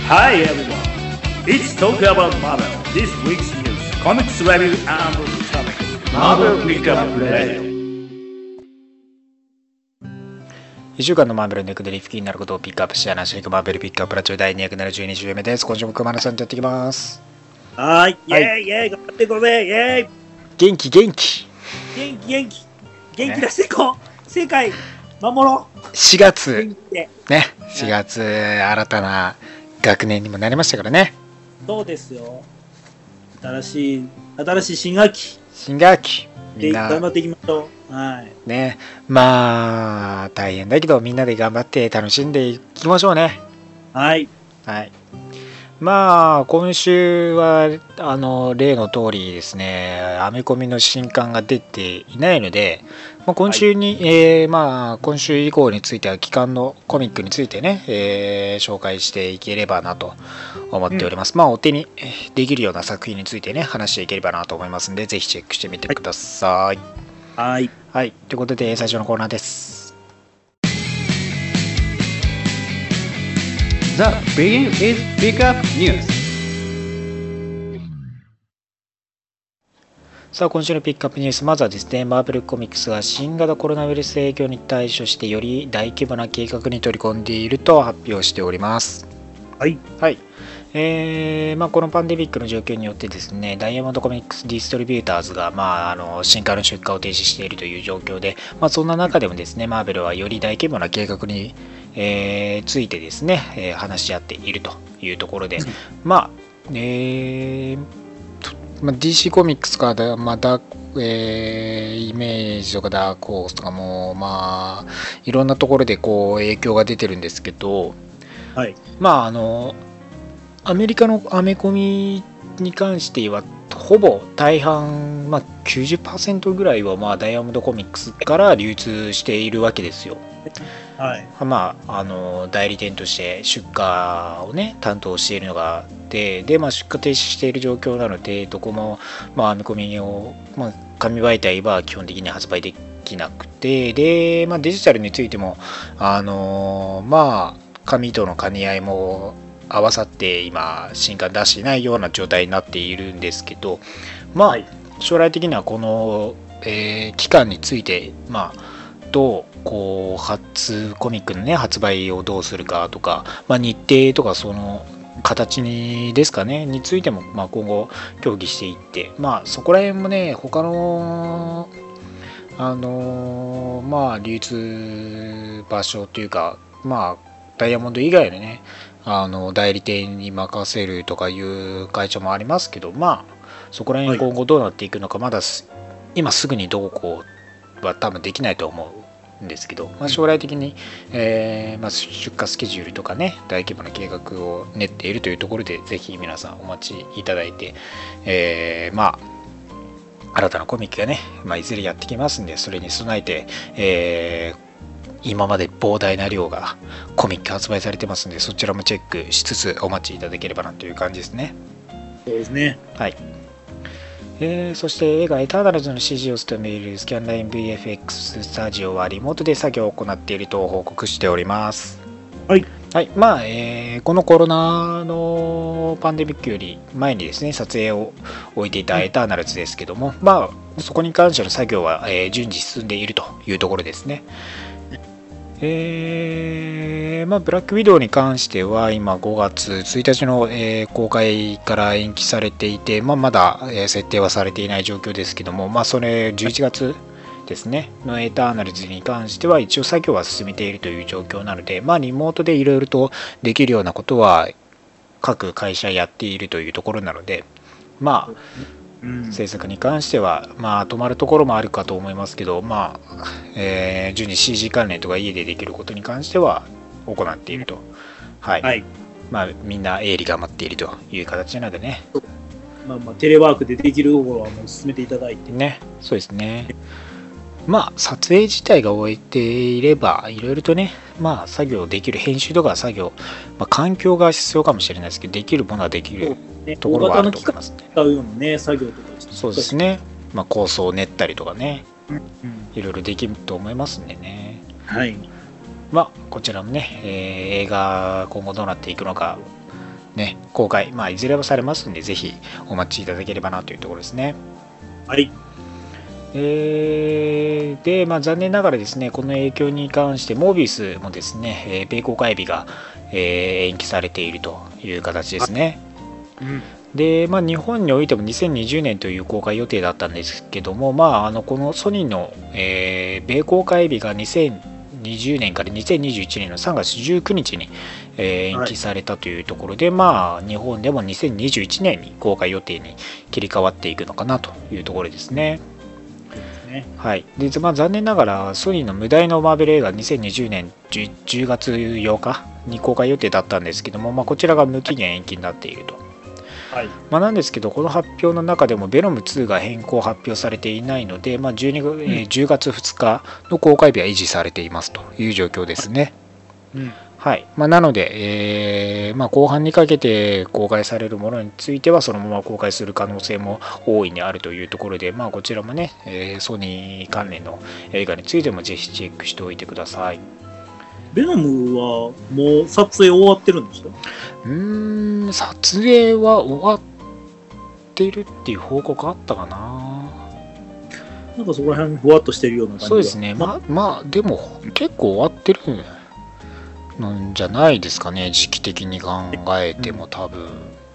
Hi everyone, it's talk about Marvel. This week's news, comics review and topics. Marvel Pickup Radio. 1週間のマーベルのネクでリフキーになることをピックアップして話していくマーベルピックアップラジオ第272週目です。今週も熊野さんとやっていきます。 はい、イェーイイェーイ、頑張っていこうぜ、イェーイ。 元気元気元気出していこう、世界守ろう。 4月ね、 4月新たな学年にもなりましたからね。 そうですよ。新しい新学期みんな頑張っていきましょう。はいね、まあ大変だけどみんなで頑張って楽しんでいきましょうね。 はい。 まあ今週は例の通りですね、アメコミの新刊が出ていないので、今週に、今週以降については期間のコミックについてね、紹介していければなと思っております。お手にできるような作品についてね話していければなと思いますので、ぜひチェックしてみてください。はい、ということで最初のコーナーです。 The Begin is Pickup News。 さあ今週のピックアップニュース、まずはですね、マーベルコミックスが新型コロナウイルス影響に対処してより大規模な計画に取り込んでいると発表しております。このパンデミックの状況によってですね、ダイヤモンドコミックスディストリビューターズが、新刊の出荷を停止しているという状況で、そんな中でもですね、マーベルはより大規模な計画に、ついてですね、話し合っているというところで、DC コミックスからイメージとかダークホースとかもいろんなところで影響が出てるんですけど、アメリカのアメコミに関してはほぼ大半、90% ぐらいはダイヤモンドコミックスから流通しているわけですよ。代理店として出荷をね担当しているのがあって、出荷停止している状況なので、どこもアメコミを、紙媒体は基本的に発売できなくて、で、デジタルについても紙との兼ね合いも合わさって今新刊出していないような状態になっているんですけど、将来的にはこの、期間についてどうコミックのね発売をどうするかとか、日程とかその形にですかねについても今後協議していって、そこら辺もね他の流通場所というかダイヤモンド以外のね代理店に任せるとかいう会社もありますけど、そこら辺今後どうなっていくのか、まだ今すぐにどうこうは多分できないと思うんですけど、将来的に、出荷スケジュールとかね大規模な計画を練っているというところで、ぜひ皆さんお待ちいただいて、新たなコミックがね、いずれやってきますんで、それに備えて、今まで膨大な量がコミック発売されてますんで、そちらもチェックしつつお待ちいただければなという感じですね。 そうですね。 そして映画エターナルズの CG を務めるスキャンライン VFX スタジオはリモートで作業を行っていると報告しております。このコロナのパンデミックより前にですね撮影を終えていたエターナルズですけども、そこに関しての作業は、順次進んでいるというところですね。ブラックウィドウに関しては今5月1日の、公開から延期されていて、まだ、設定はされていない状況ですけども、それ11月ですねのエターナルズに関しては一応作業は進めているという状況なので、リモートでいろいろとできるようなことは各会社やっているというところなので、制作に関しては止まるところもあるかと思いますけど、順次 CG 関連とか家でできることに関しては行っていると、みんな鋭利頑張っているという形なのでね、 テレワークでできるところはもう進めていただいてね。そうですね。撮影自体が終えていればいろいろとね作業できる、編集とか作業、環境が必要かもしれないですけど、できるものはできるところはあると思いますね。 使うようなね作業とかそうですね。構想を練ったりとかね、いろいろできると思いますんでね。こちらもね、映画今後どうなっていくのかね、公開、いずれはされますんで、ぜひお待ちいただければなというところですね。 はい。 で、残念ながらですね、この影響に関して、モービウスもですね、米公開日が、延期されているという形ですね。で、日本においても2020年という公開予定だったんですけども、このソニーの、米公開日が2020年から2021年の3月19日に、延期されたというところで、日本でも2021年に公開予定に切り替わっていくのかなというところですね。はい。で、残念ながらソニーの無題のマーベル映画2020年 10月8日に公開予定だったんですけども、こちらが無期限延期になっていると。なんですけど、この発表の中でもベノム2が変更発表されていないので、10月2日の公開日は維持されていますという状況ですね。はい。なので、後半にかけて公開されるものについてはそのまま公開する可能性も大いにあるというところで、こちらもね、ソニー関連の映画についてもぜひチェックしておいてください。 ベノムはもう撮影終わってるんですか？ 撮影は終わってるっていう報告あったかな。 なんかそこら辺ふわっとしてるような感じが。 そうですね。でも結構終わってるんじゃないですかね、時期的に考えても多分。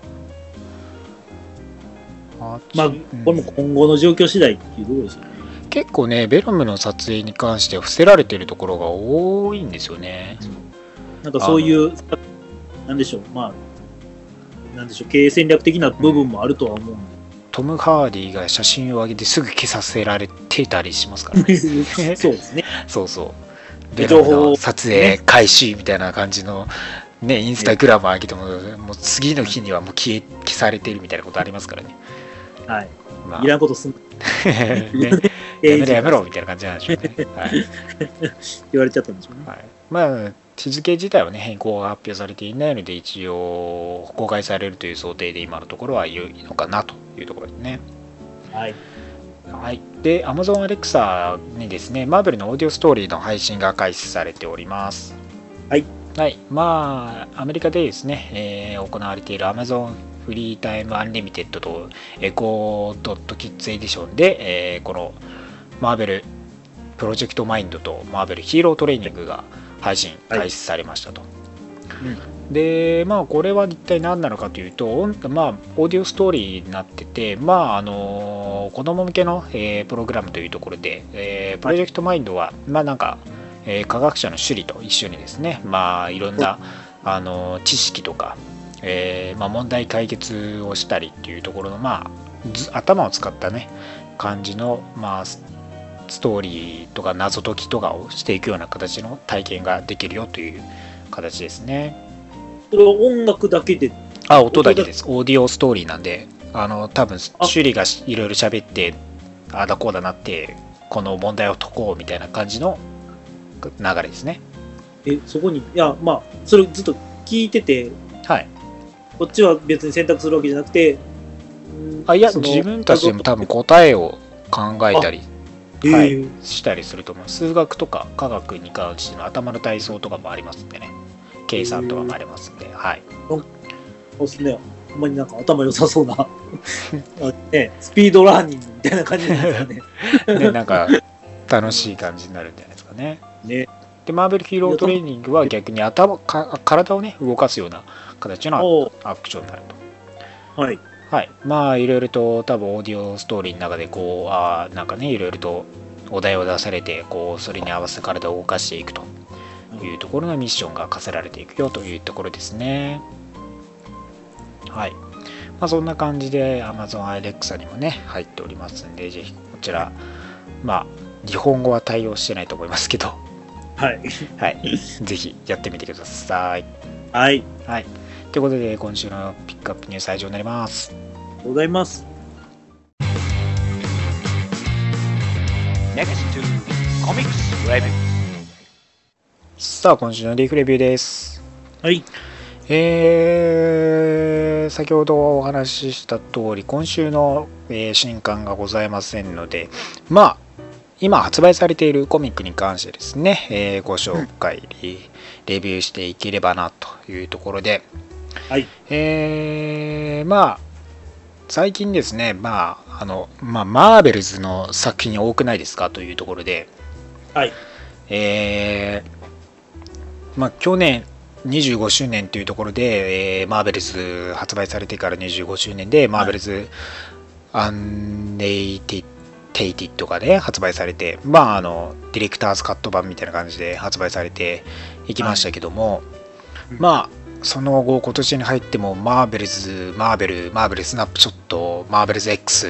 これも今後の状況次第っていうところですよね。 結構ね、ベノムの撮影に関しては伏せられているところが多いんですよね。 なんかそういう、なんでしょう、経営戦略的な部分もあるとは思うんで。 トム・ハーディが写真を上げてすぐ消させられてたりしますからね。 そうですね。 そうそう。ベノムの撮影開始みたいな感じの、ね、インスタグラム上げても、もう次の日にはもう消されてるみたいなことありますからね。 はい。いらんことすんね、やめろみたいな感じなんでしょうね。はい、 言われちゃったんでしょうね。 はい。日付自体はね、変更が発表されていないので、一応公開されるという想定で今のところは良いのかなというところですね。 はい。 はい。で、Amazon Alexa にですね、マーベルのオーディオストーリーの配信が開始されております。 はい。 はい。アメリカでですね、行われている Amazon フリータイムアンリミテッドとエコー.kids エディションで、このマーベルプロジェクトマインドとマーベルヒーロートレーニングが配信開始されましたと。で、これは一体何なのかというと、オーディオストーリーになってて、子供向けの、プログラムというところで、プロジェクトマインドは、科学者の趣里と一緒にですね、いろんな知識とか、問題解決をしたりっていうところの、頭を使ったね感じの、ストーリーとか謎解きとかをしていくような形の体験ができるよという形ですね。 それは音楽だけで？ 音だけです。オーディオストーリーなんで、多分趣里がいろいろ喋ってああだこうだなってこの問題を解こうみたいな感じの流れですね。 そこにそれずっと聞いてて、 はい、 こっちは別に選択するわけじゃなくて、 自分たちでも多分答えを考えたり、したりすると思う。数学とか科学に関しての頭の体操とかもありますんでね、計算とかもありますんで、 そうですね。ほんまになんか頭良さそうなスピードラーニングみたいな感じなんですかね。 ね、なんか楽しい感じになるんじゃないですかね。で、マーベルヒーロートレーニングは逆に体をね動かすような形のアクションになると。はい。いろいろと多分オーディオストーリーの中でいろいろとお題を出されて、それに合わせて体を動かしていくというところのミッションが課せられていくよというところですね。はい。そんな感じで Amazon Alexa にもね入っておりますんで、ぜひこちら日本語は対応してないと思いますけど、ぜひやってみてください。はい。ということで今週のピックアップニュースは以上になります。 ありがとうございます。 Next to Comics Review。 さあ今週のリーフレビューです。 はい。 先ほどお話しした通り今週の、新刊がございませんので、今発売されているコミックに関してですね、ご紹介、レビューしていければなというところで、 はい。 まあ最近ですね、マーベルズの作品多くないですかというところで、 はい。 去年25周年というところで、マーベルズ発売されてから25周年で、マーベルズアンネイテイティッドがね、発売されて、ディレクターズカット版みたいな感じで発売されていきましたけども、その後、今年に入っても、マーベルスナップショット、マーベルズ X、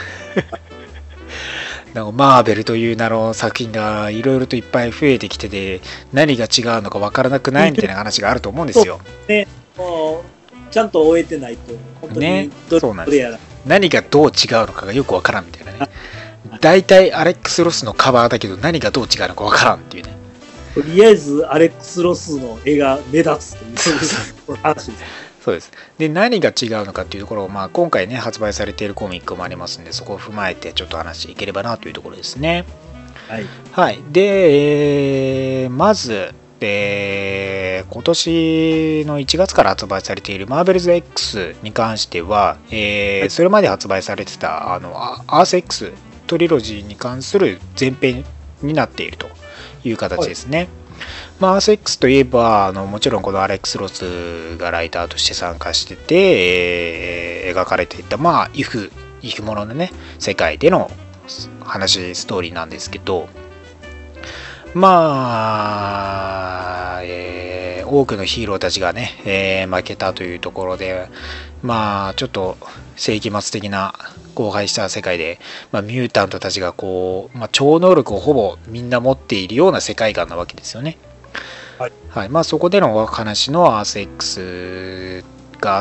マーベルという名の作品がいろいろといっぱい増えてきてて、何が違うのか分からなくないみたいな話があると思うんですよ。 ね、ちゃんと終えてないと、本当にそうなんです。何がどう違うのかがよく分からんみたいなね。大体アレックス・ロスのカバーだけど、何がどう違うのか分からんっていうね。 とりあえずアレックス・ロスの絵が目立つという話です。 そうです。で、何が違うのかっていうところを、今回ね、発売されているコミックもありますんで、そこを踏まえてちょっと話していければなというところですね。 はい。 はい。で、まず、今年の1月から発売されているマーベルズ X に関しては、それまで発売されてたアース X トリロジーに関する前編になっているという形ですね。アース X といえばもちろんこのアレックス・ロスがライターとして参加してて、描かれていたイフもののね世界での話ストーリーなんですけど、多くのヒーローたちがね、負けたというところで、ちょっと世紀末的な荒廃した世界で、ミュータントたちが超能力をほぼみんな持っているような世界観なわけですよね。はい。そこでの話のアース X があって、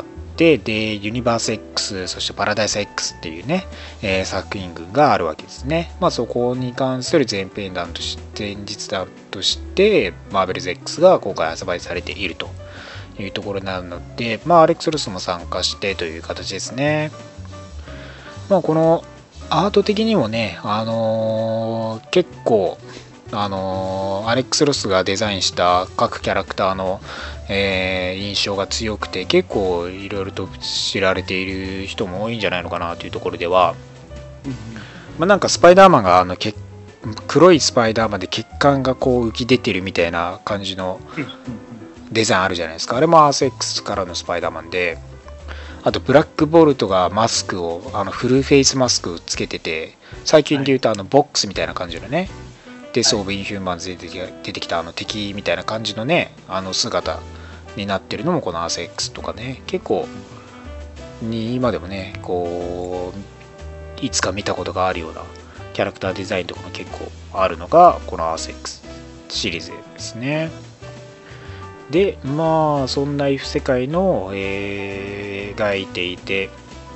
で、ユニバース X、そしてパラダイス X っていうね、作品群があるわけですね。そこに関する前日談として、マーベルズ X が今回発売されているというところなので、アレックス・ロスも参加してという形ですね。このアート的にもね、結構、アレックス・ロスがデザインした各キャラクターの、印象が強くて、結構いろいろと知られている人も多いんじゃないのかなというところでは、なんかスパイダーマンが黒いスパイダーマンで血管がこう浮き出てるみたいな感じのデザインあるじゃないですか。あれもアース X からのスパイダーマンで、あとブラックボルトがマスクをフルフェイスマスクをつけてて、最近で言うとボックスみたいな感じのね、デス・オブ・インヒューマンズで出てきた敵みたいな感じのね、姿になってるのもこのアース X とかね、結構今でもね、こういつか見たことがあるようなキャラクターデザインとかも結構あるのがこのアース X シリーズですね。で、そんな異世界の、描いていて、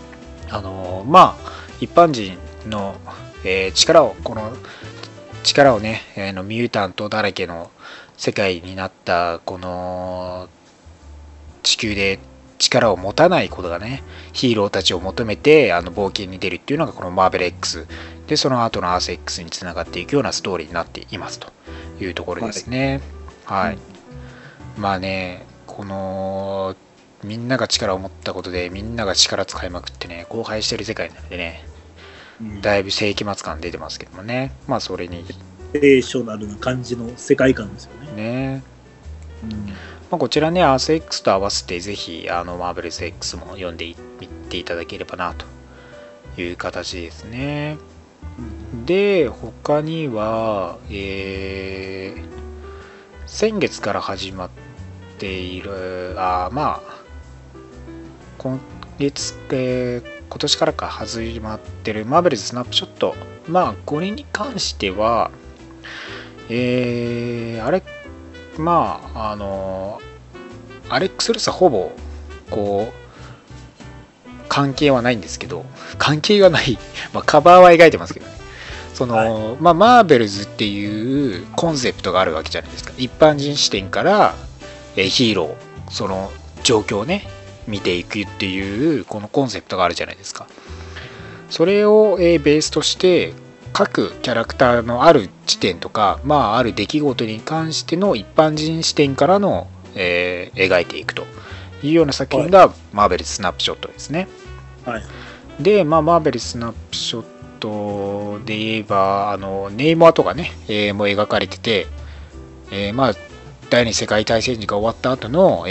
一般人の、力をね、ミュータントだらけの世界になったこの地球で力を持たないことがね、ヒーローたちを求めて冒険に出るっていうのがこのマーベル X で、その後のアース X につながっていくようなストーリーになっていますというところですね。はい。このみんなが力を持ったことでみんなが力使いまくってね、荒廃してる世界なのでね、だいぶ世紀末感出てますけどもね、それにテーショナルな感じの世界観ですよね。 こちらね、アース X と合わせてぜひマーベルズ X も読んでみていただければなという形ですね。で、他には、先月から始まっている今年から始まってるマーベルズスナップショット、これに関してはアレックス・ロスはほぼこう関係はないんですけど、関係がないカバーは描いてますけどね、マーベルズっていうコンセプトがあるわけじゃないですか。一般人視点からヒーロー、その状況をね見ていくっていうこのコンセプトがあるじゃないですか。それをベースとして各キャラクターのある地点とか、ある出来事に関しての一般人視点からの、描いていくというような作品がマーベルスナップショットですね。 はい。 で、マーベルスナップショットで言えばネイモアとかね、も描かれてて、第二次世界大戦時が終わった後の、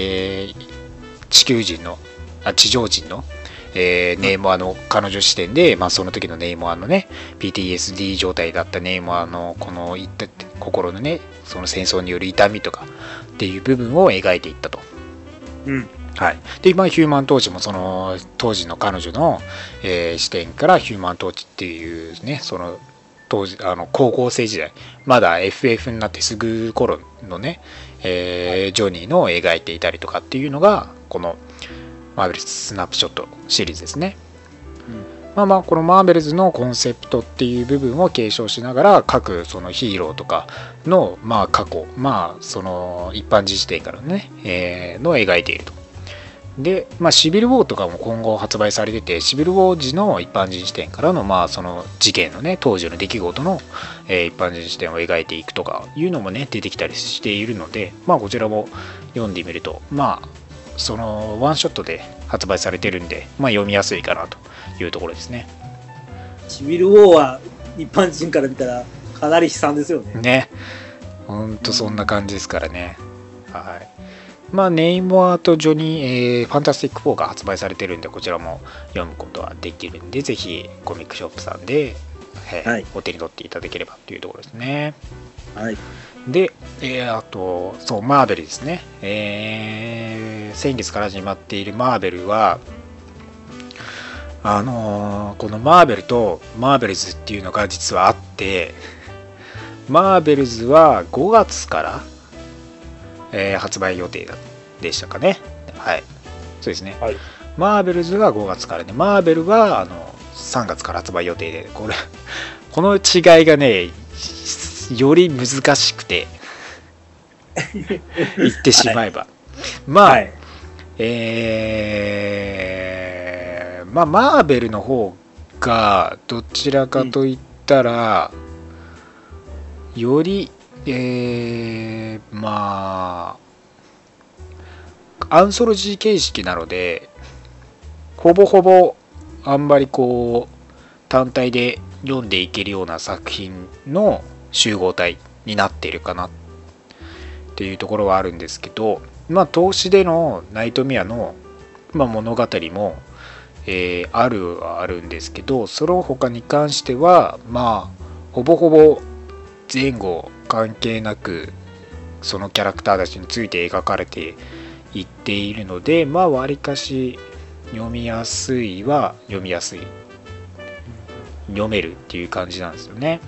地上人の、ネイモアの彼女視点で、その時のネイモアのね PTSD 状態だったネイモアのこの心のね、その戦争による痛みとかっていう部分を描いていったと。はい、でヒューマントーチもその当時の彼女の、視点からヒューマントーチっていうね、その当時高校生時代まだ FF になってすぐ頃のね、ジョニーの描いていたりとかっていうのがこのマーベルズスナップショットシリーズですね。このマーベルズのコンセプトっていう部分を継承しながら各そのヒーローとかの過去その一般人視点からね、の描いていると。で、シビルウォーとかも今後発売されてて、シビルウォー時の一般人視点からのその事件のね当時の出来事の、一般人視点を描いていくとかいうのもね出てきたりしているので、こちらも読んでみるとそのワンショットで発売されてるんで、読みやすいかなというところですね。 シビルウォーは一般人から見たらかなり悲惨ですよね。 ね、ほんとそんな感じですからね。はい。ネイモアとジョニー、ファンタスティック4が発売されてるんで、こちらも読むことはできるんで、ぜひコミックショップさんで、お手に取っていただければというところですね。 はい。 で、あとそうマーベルですね、先月から始まっているマーベルはこのマーベルとマーベルズっていうのが実はあって、マーベルズは5月から、発売予定でしたかね。はい、そうですね。 はい、 マーベルズは5月からで、マーベルは3月から発売予定で、この違いがねより難しくて言ってしまえば、マーベルの方がどちらかといったら、よりアンソロジー形式なので、ほぼほぼあんまり単体で読んでいけるような作品の集合体になっているかなっていうところはあるんですけど、投資でのナイトメアの、物語も、あるんですけど、その他に関してはほぼほぼ前後関係なくそのキャラクターたちについて描かれていっているので、わりかし読みやすい、読めるっていう感じなんですよね。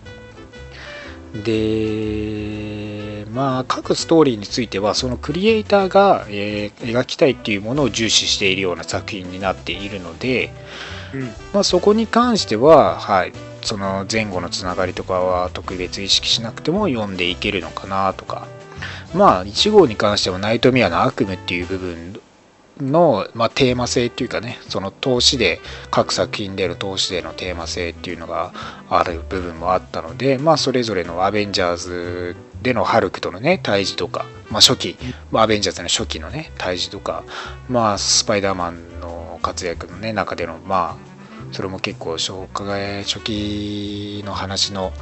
で各ストーリーについてはそのクリエイターが、描きたいっていうものを重視しているような作品になっているので、そこに関しては、その前後のつながりとかは特別意識しなくても読んでいけるのかなとか、1号に関してはナイトメアの悪夢っていう部分の、テーマ性っていうかね、その投資で各作品での投資でのテーマ性っていうのがある部分もあったので、それぞれのアベンジャーズでのハルクとのね対峙とか、初期、アベンジャーズの初期のね対峙とか、スパイダーマンの活躍のね中でのそれも結構初期の話の、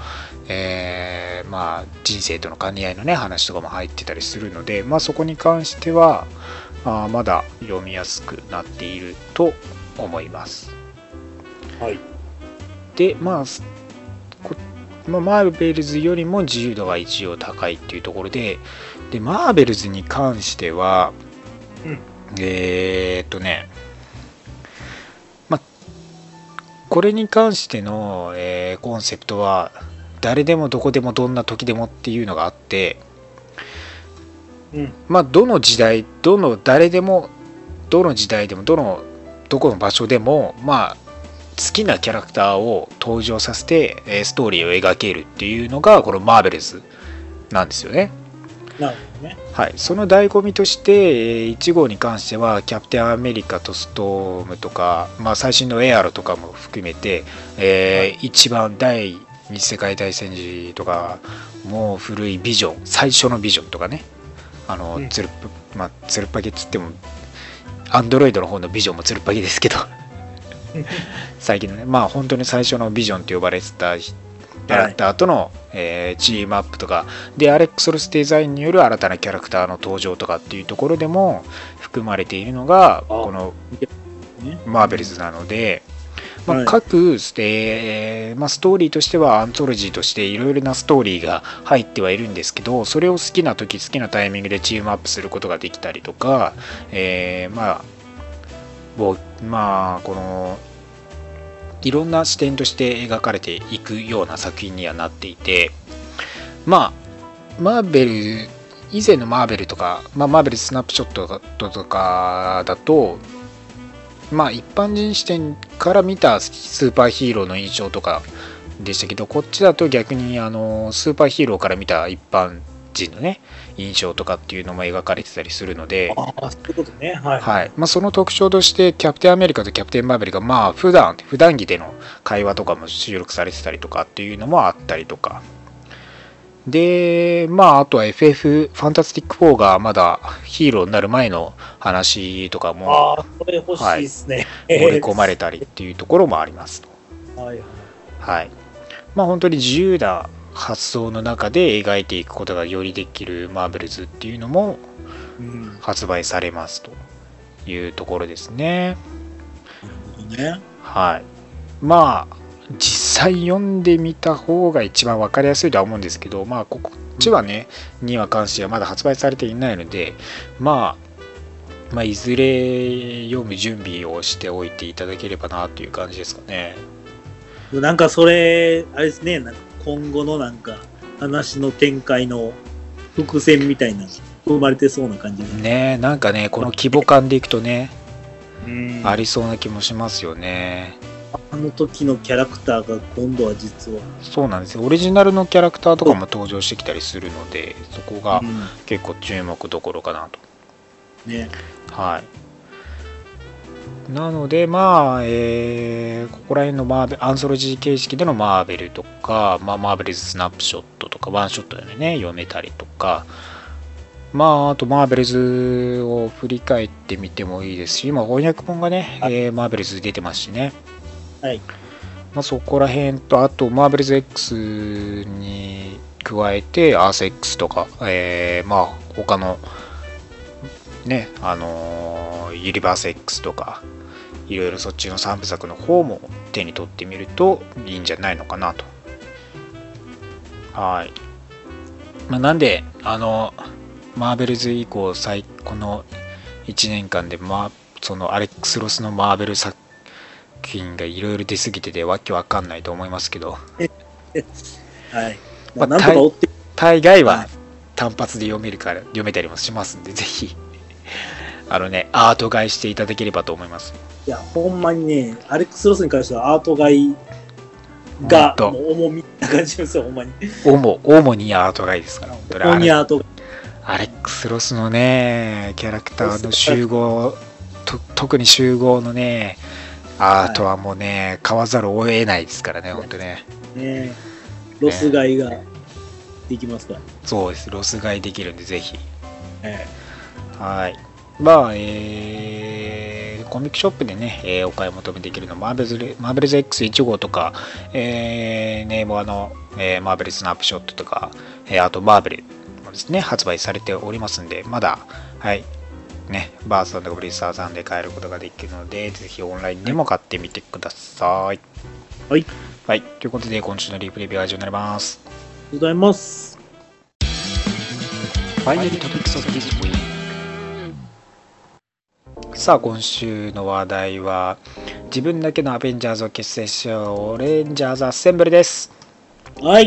人生との兼ね合いのね話とかも入ってたりするので、そこに関してはまだ読みやすくなっていると思います。 はい。 でマーベルズよりも自由度が一応高いっていうところで、マーベルズに関しては、これに関しての、コンセプトは誰でもどこでもどんな時でもっていうのがあって、どの時代誰でもどの時代でもどこの場所でも好きなキャラクターを登場させてストーリーを描けるっていうのがこのマーベルズなんですよね。 なるほどね。 はい、その醍醐味として1号に関してはキャプテンアメリカとストームとか、最新のエアロとかも含めて、一番第二次世界大戦時とかもう古いビジョン、最初のビジョンとかね、 つるっぱげっつってもアンドロイドの方のビジョンもつるっぱげですけど最近のね、本当に最初のビジョンと呼ばれてたキャラクターとの、チームアップとかで、アレックス・ロスデザインによる新たなキャラクターの登場とかっていうところでも含まれているのがこのマーベルズなので、各ストーリーとしてはアンソロジーとしていろいろなストーリーが入ってはいるんですけど、それを好きな時好きなタイミングでチームアップすることができたりとか、このいろんな視点として描かれていくような作品にはなっていて、マーベル以前のマーベルとか、マーベルスナップショットとかだと、一般人視点から見たスーパーヒーローの印象とかでしたけど、こっちだと逆にスーパーヒーローから見た一般人のね印象とかっていうのも描かれてたりするので、 そういうことね。 その特徴としてキャプテンアメリカとキャプテンマーベルが普段着での会話とかも収録されてたりとかっていうのもあったりとかで、あとは FF ファンタスティック4がまだヒーローになる前の話とかもこれ欲しいですね、 盛り込まれたりっていうところもありますと。本当に自由な発想の中で描いていくことがよりできるマーベルズっていうのも発売されますというところですね。実際読んでみた方が一番分かりやすいとは思うんですけど、こっちはねには関してはまだ発売されていないので、いずれ読む準備をしておいていただければなという感じですかね。 それあれですね、今後の話の展開の伏線みたいな生まれてそうな感じね。この規模感でいくとねありそうな気もしますよね。 あの時のキャラクターが今度は実はそうなんですよ。オリジナルのキャラクターとかも登場してきたりするので、そこが結構注目どころかなと。なのでここら辺のアンソロジー形式でのマーベルとか、マーベルズスナップショットとかワンショットでね読めたりとか、あとマーベルズを振り返ってみてもいいですし、今翻訳本がね、マーベルズ出てますしね。そこら辺と、あとマーベルズ X に加えてアース X とか、他のねユニバース X とかいろいろそっちの3部作の方も手に取ってみるといいんじゃないのかなと。なんでマーベルズ以降この1年間でそのアレックス・ロスのマーベル作品がいろいろ出過ぎててわけわかんないと思いますけど大概は単発で読めたりもしますんで、ぜひアート買いしていただければと思います。 いやほんまにね、アレックス・ロスに関してはアート買いがもう主みたいな感じですよ。ほんまに主にアート買いですから、本当に主にアートアレックス・ロスのねキャラクターの集合特に集合のねアートはもうね買わざるを得ないですからね、本当ね。 ロス買いができますから。 そうです、ロス買いできるんでぜひ。コミックショップでね、お買い求めできるのはマーベルズ X1 号とか、ネームの、マーベルスナップショットとか、あとマーベルもですね発売されておりますんで、まだバース&ブリスターさんで買えることができるので、ぜひオンラインでも買ってみてください。ということで今週のリプレビューは以上になります。 ありがとうございます。 さあ今週の話題は自分だけのアベンジャーズを結成しようオレンジャーズアッセンブルです。ア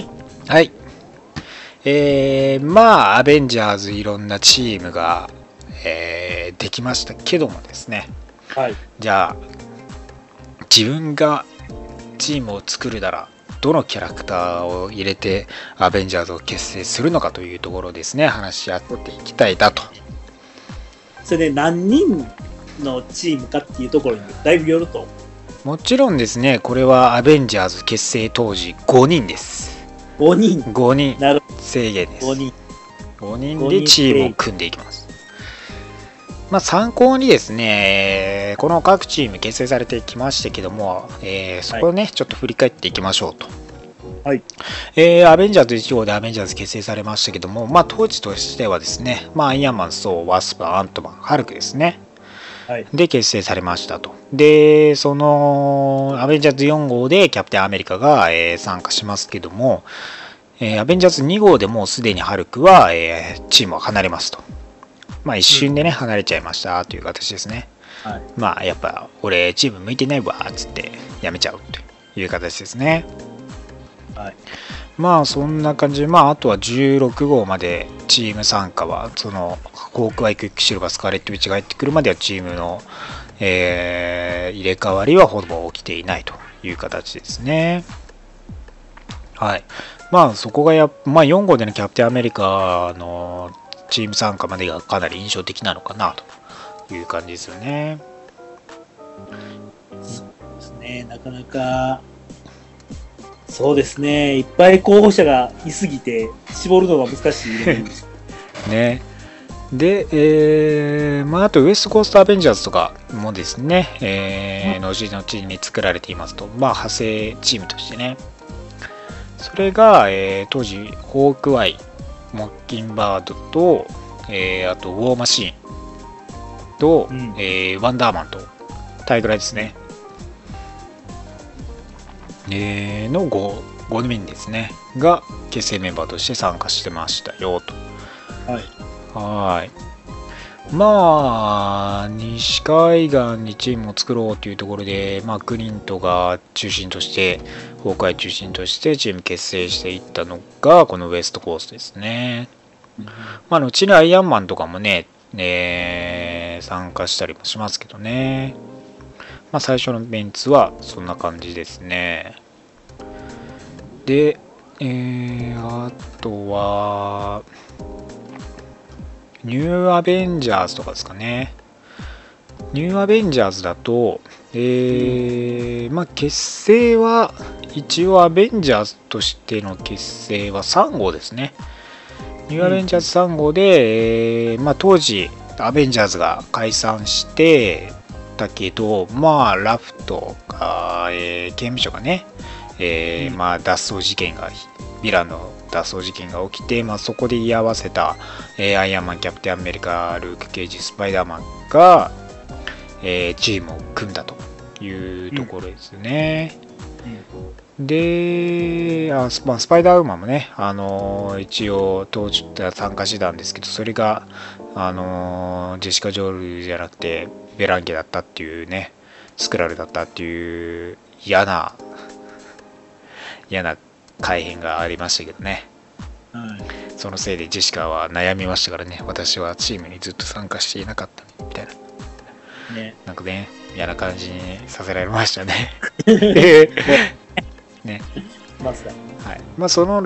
ベンジャーズいろんなチームが、できましたけどもですね、じゃあ自分がチームを作るならどのキャラクターを入れてアベンジャーズを結成するのかというところをですね話し合っていきたいだと。 それで何人のチームかっていうところにだいぶよると。 もちろんですね、これはアベンジャーズ結成当時5人です。 5人制限です。 5人でチームを組んでいきます。まあ、参考にですね、この各チーム結成されてきましたけども、そこをね、ちょっと振り返っていきましょうと。 はい。 アベンジャーズ1号でアベンジャーズ結成されましたけども、まあ、当時としてはですね、まあ、アイアンマン、ソー、ワスプ、アントマン、ハルクですね。 はい、 で、結成されましたと。で、その、アベンジャーズ4号でキャプテンアメリカが、参加しますけども、アベンジャーズ2号でもうすでにハルクは、チームを離れますと。まあ一瞬でね、離れちゃいましたという形ですね。 はい、 まあやっぱ俺チーム向いてないわっつってやめちゃうという形ですね。 はい、 まあそんな感じで、まああとは16号までチーム参加は、そのホークアイ、クイックシルバー、スカーレットウィッチが入ってくるまではチームの、入れ替わりはほぼ起きていないという形ですね。はい。まあそこがまあ4号でのキャプテンアメリカのチーム参加までがかなり印象的なのかなという感じですよね。 そうですね、なかなか、そうですね、いっぱい候補者がいすぎて、絞るのが難しいね。で、まあ、あとウエストコーストアベンジャーズとかもですね、後々に作られていますと、まあ、派生チームとしてね。それが、当時、ホークアイ、モッキンバードと、あとウォーマシーンと、ワンダーマンとタイぐらいですね、の 5人ですねが結成メンバーとして参加してましたよと。はい。まあ西海岸にチームを作ろうというところで、まあ、クリントが中心としてホークアイ中心としてチーム結成していったのがこのウエストコーストですね。まあ後にアイアンマンとかもね、参加したりもしますけどね。まあ最初のメンツはそんな感じですね。で、あとはニューアベンジャーズとかですかね。ニューアベンジャーズだと、まあ結成は一応アベンジャーズとしての結成は3号ですね。ニューアベンジャーズ3号で、まあ当時アベンジャーズが解散してたけど、まあラフとか、刑務所がね、まあ脱走事件がヴィランの脱走事件が起きて、まあ、そこで居合わせた、アイアンマン、キャプテンアメリカ、ルーク・ケイジ、スパイダーマンが、チームを組んだというところですね。でまあ、スパイダーウーマンもね、一応当時参加してたんですけど、それが、ジェシカ・ジョールじゃなくてベランゲだったっていうね、スクラルだったっていう嫌な改変がありましたけどね、そのせいでジェシカは悩みましたからね。私はチームにずっと参加していなかったみたいな、なんかね、嫌な感じにさせられましたね。ね、はい。まあその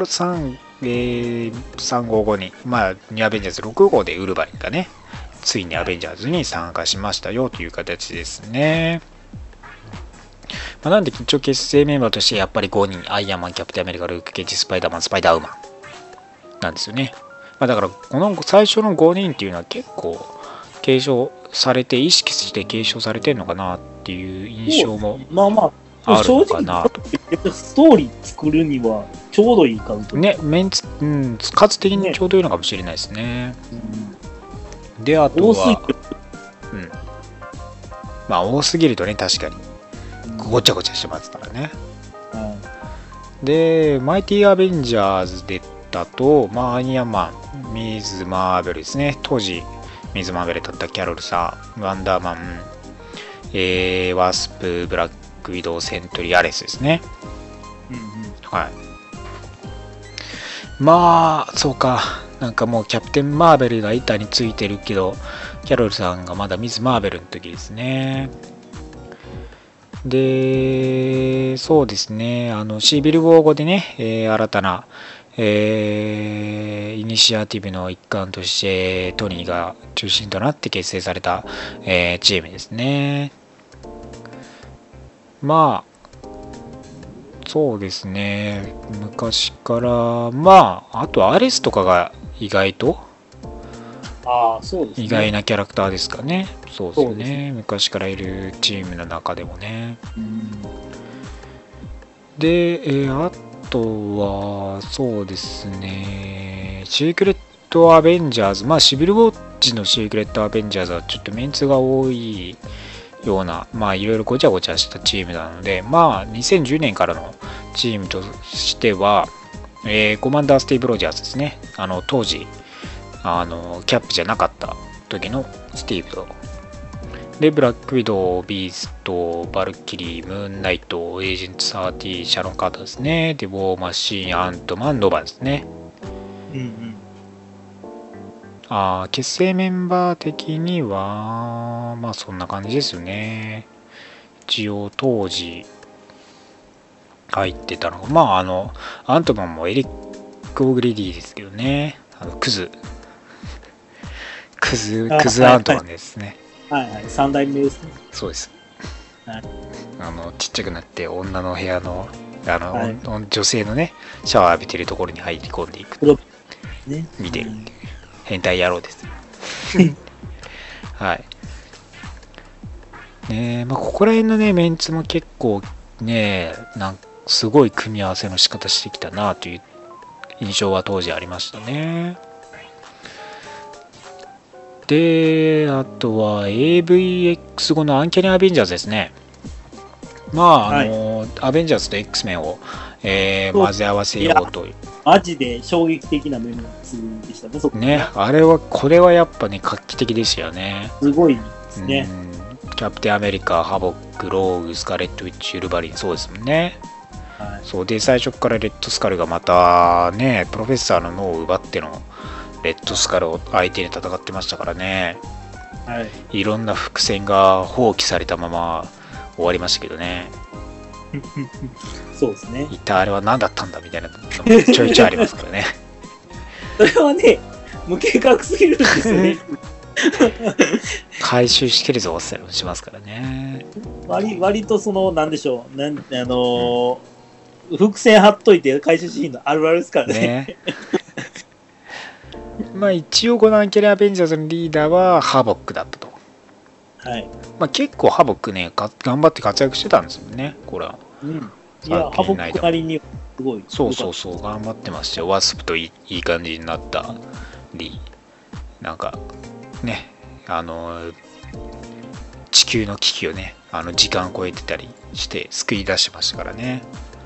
3号後に、まあニューアベンジャーズ6号でウルヴァリンがね、ついにアベンジャーズに参加しましたよという形ですね。まあ、なんで一応結成メンバーとしてやっぱり5人、アイアンマン、キャプテンアメリカ、ルーク・ケイジ、スパイダーマン、スパイダーウーマンなんですよね。まあ、だからこの最初の5人っていうのは結構継承されて、意識して継承されてるのかなっていう印象もあるのかなと。 ストーリー作るにはちょうどいいカウントね、メンツ、数的にちょうどいいのかもしれないですね。で、あとは、まあ多すぎるとね、確かにごちゃごちゃしてますからね。で、マイティアベンジャーズでだと、まあ、アイアンマン、ミズ・マーベルですね。当時、ミズ・マーベルだったキャロルさん、ワンダーマン、ワスプ、ブラック・ウィドウ、セントリー・アレスですね。はい。まあ、そうか。なんかもうキャプテン・マーベルが板についてるけど、キャロルさんがまだミズ・マーベルの時ですね。で、そうですね、シビル・ウォー後でね、新たな、イニシアティブの一環としてトニーが中心となって結成された、チームですね。まあ、そうですね、昔から、まあ、あとアレスとかが意外とああ、そうですね。 意外なキャラクターですかね。そうですね。 そうですね昔からいるチームの中でもね。 うんで、あとは、そうですね、シークレットアベンジャーズ、まあ、シビルウォッチのシークレットアベンジャーズはちょっとメンツが多いような、まあ、いろいろごちゃごちゃしたチームなので、まあ、2010年からのチームとしては、コマンダースティーブ・ロジャーズですね。当時、キャップじゃなかった時のスティーブと、で、ブラックウィドウ、ビースト、バルキリー、ムーンナイト、エージェント30、シャロン・カーターですね。で、ウォーマシーン、アントマン、ノバですね。 うんうん。 結成メンバー的には、まあそんな感じですよね。一応当時入ってたのが、まあアントマンもエリック・オグリディですけどね。クズアントマンですね。 はいはい、3代目ですね。 そうです。 はい、 ちっちゃくなって女の部屋の、 はい、 女性のね、シャワー浴びてるところに入り込んでいく。 ね、 見てるっていう、変態野郎です。はい。ねえ、まあ、ここら辺のね、メンツも結構ね、すごい組み合わせの仕方してきたなという印象は当時ありましたね。で、あとは AVX 後のアンキャニアベンジャーズですね。まあ、 はい、 アベンジャーズと X メンを、混ぜ合わせようという。 マジで衝撃的なメンツでしたね、そこね、これはやっぱね、画期的ですよね。 すごいですね。 キャプテンアメリカ、ハボック、ローグ、スカレット・ウィッチ、ウルヴァリン、そうですもんね。 はい、 そうで、最初からレッドスカルがまたね、プロフェッサーの脳を奪ってのレッドスカルを相手に戦ってましたからね。 はい、 いろんな伏線が放棄されたまま終わりましたけどね。 そうですね。 一体あれは何だったんだみたいなのもちょいちょいありますからね。 それはね、無計画すぎるんですよね。 回収してるぞってしますからね。 割となんでしょう、伏線貼っといて回収シーンのあるあるですからね。 まあ一応このアンキャリア・アベンジャーズのリーダーはハボックだったと。 はい。 まあ結構ハボックね、頑張って活躍してたんですよね、これは。 うん。いや、ハボックなりにすごい。 そう、頑張ってましたよ。ワスプといい感じになったり、なんか、ね、地球の危機をね、時間を超えてたりして救い出してましたからね。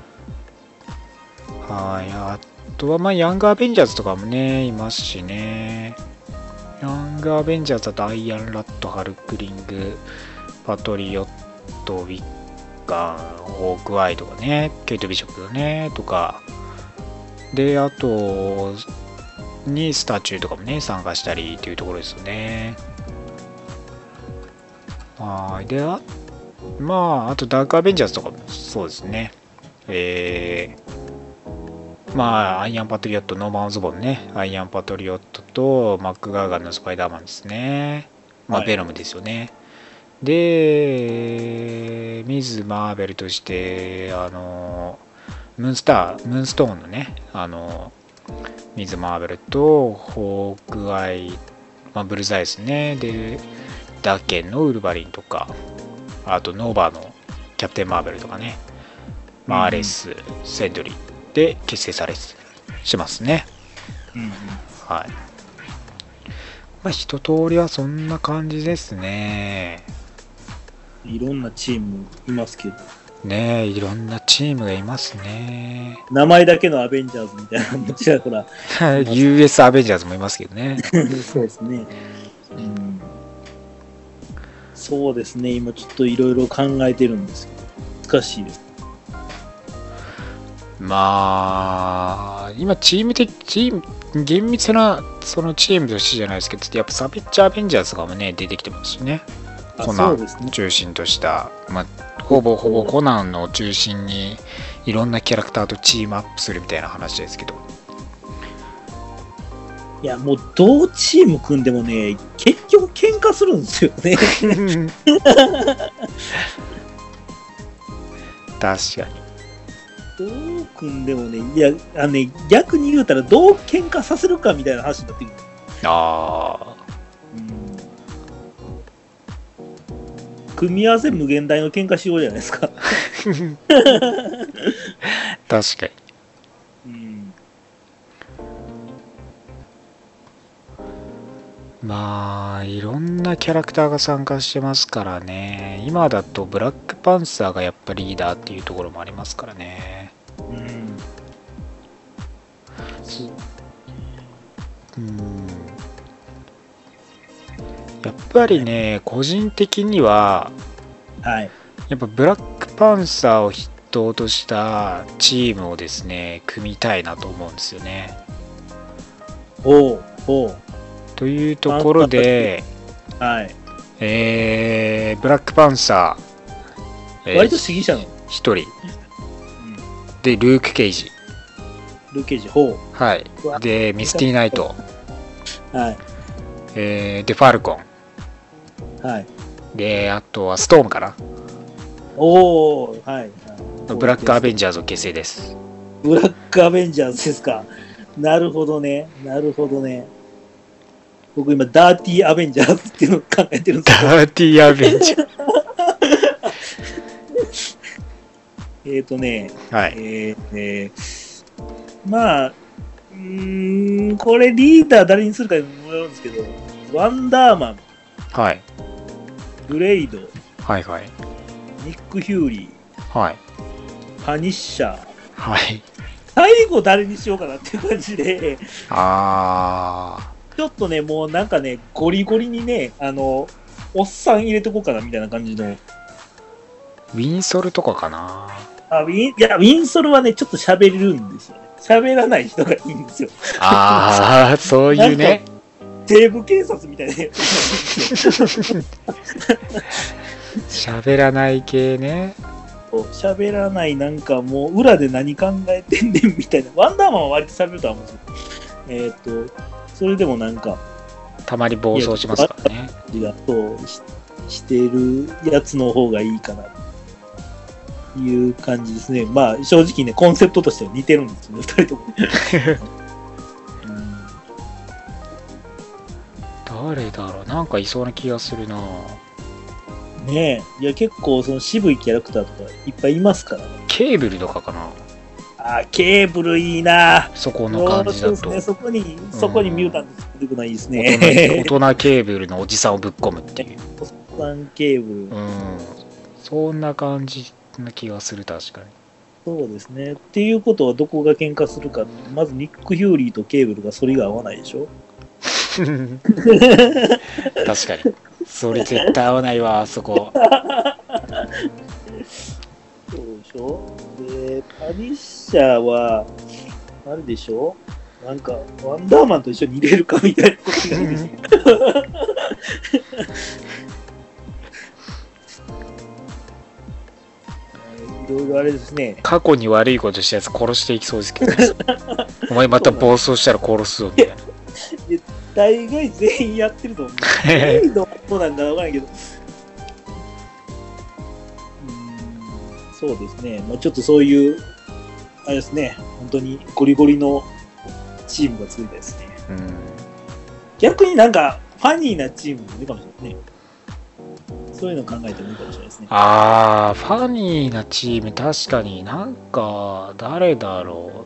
はい、あとはまあヤングアベンジャーズとかもねいますしね。ヤングアベンジャーズだとアイアンラット、ハルクリング、パトリオット、ウィッカン、ホークアイとかね、ケイト・ビショップねとかで、あとにスタチューとかもね参加したりというところですよね。はい。で、まああとダークアベンジャーズとかもそうですね。まあ、アイアンパトリオット、ノーマン・オズボンね、アイアンパトリオットとマック・ガーガンのスパイダーマンですね。まあ、ベノムですよね。で、ミズ・マーベルとして、ムーンストーンのね、ミズ・マーベルと、ホークアイ、まあ、ブルザイですね。で、ダケンのウルヴァリンとか、あと、ノーバーのキャプテン・マーベルとかね、マーレス、センドリー。で結成されしますね。はい。まあ一通りはそんな感じですね。 いろんなチームいますけど。 ねえ、いろんなチームがいますね。 名前だけのアベンジャーズみたいなのちらほら。 US アベンジャーズもいますけどね。 そうですね。そうですね。今ちょっといろいろ考えてるんですけど難しいです。 まあ今厳密なそのチームとしてじゃないですけど、やっぱサベッジアベンジャーズがもね出てきてますしね。コナン中心とした、まあ、ほぼコナンの中心にいろんなキャラクターとチームアップするみたいな話ですけど、 いやもう同チーム組んでもね結局喧嘩するんですよね。 確かに。 どう組んでもね、いや逆に言うたらどう喧嘩させるかみたいな話になってくる。 組み合わせ無限大の喧嘩しようじゃないですか。 確かに。 うん、 まあいろんなキャラクターが参加してますからね。今だとブラックパンサーがやっぱりリーダーっていうところもありますからね。 うん、 やっぱりね、個人的には、 はい、 やっぱブラックパンサーを筆頭としたチームをですね、組みたいなと思うんですよね。 おうおう。 というところで、 はい、 ブラックパンサー、 割と主義者の 1人、で、ルーク・ケイジ。 ルーケージ、ほう。 はい。で、ミスティ・ナイト。 はい。 で、ファルコン。はい。 で、あとはストームかな。 おー、はい。 ブラック・アベンジャーズ結成です。 ブラック・アベンジャーズですか。なるほどね。なるほどね。僕今、ダーティー・アベンジャーズっていうのを考えてるんですけど。 ダーティー・アベンジャーズ。はい。 まあ、これリーダー誰にするかにもよるんですけど、ワンダーマン、 はい。 ブレイド、 はいはい。 ニック・ヒューリー、はい。 パニッシャー、 はい。 最後誰にしようかなっていう感じで、 あちょっとね、もうなんかね、ゴリゴリにね、おっさん入れてこうかなみたいな感じの。 ウィンソルとかかな。 ウィンソルはね、ちょっと喋れるんですよね。喋らない人がいいんですよ。 ああ、そういうね。 西部警察みたいなやつ。 喋らない系ね。 喋らない、なんかもう裏で何考えてんねんみたいな。ワンダーマンは割と喋るとは思うんですよ。それでもなんか。 たまに暴走しますからね。 そうしてるやつの方がいいかな。いう感じですね。まあ正直ね、コンセプトとしては似てるんですよね、2人とも。 誰だろう、なんかいそうな気がするな。 ねえ、いや結構その渋いキャラクターとかいっぱいいますからね。 ケーブルとかかな。 ケーブルいいな。 そこの感じだと。 そうですね、そこにミュータント出てくるのいいですね。 大人ケーブルのおじさんをぶっ込むっていう。 おっさんケーブル。 そんな感じな気がする、確かに。 そうですね。っていうことはどこが喧嘩するか。まずニック・ヒューリーとケーブルが反りが合わないでしょ。 確かに。それ絶対合わないわ、あそこ。 そうでしょ。で、パニッシャーは、あれでしょ、なんか、ワンダーマンと一緒に入れるかみたいなことがいいでしょ。いろいろあれですね。 過去に悪いことしたやつ殺していきそうですけど、ね、お前また暴走したら殺すぞみたいな。 大概全員やってると思う。どうなんだろうわからんけど。そうですね。まあ、ちょっとそういう、あれですね。本当にゴリゴリのチームが作りたいですね。逆になんかファニーなチームもいいかもしれないね。そういうの考えてもいいかもしれないですね。 ファニーなチーム、確かになんか、誰だろ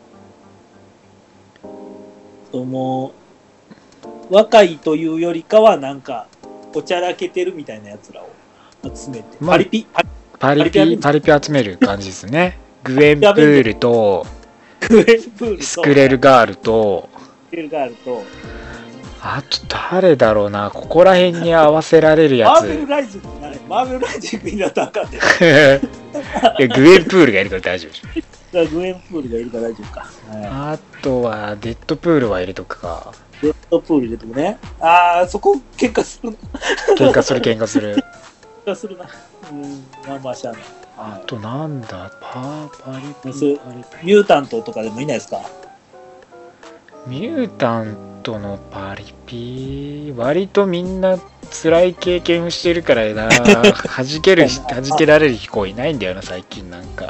う。もう、若いというよりかは、なんか、おちゃらけてるみたいなやつらを集めて。パリピ集める感じですね。グエンプールと、スクレルガールと、あと誰だろうな、ここら辺に合わせられるやつ。 マーベルライジングになったらあかんで。 いや、グエンプールがいるから大丈夫でしょ。グエンプールがいるから大丈夫か。 あとは、デッドプールは入れとくか。 デッドプール入れとくね。そこ喧嘩する。 喧嘩する。 喧嘩するな。まあしゃあない。 あとなんだ、パリピ。 ミュータントとかでもいないですか？ ミュータントのパリピ、割とみんな辛い経験をしてるからな。弾けられる子いないんだよな、最近なんか。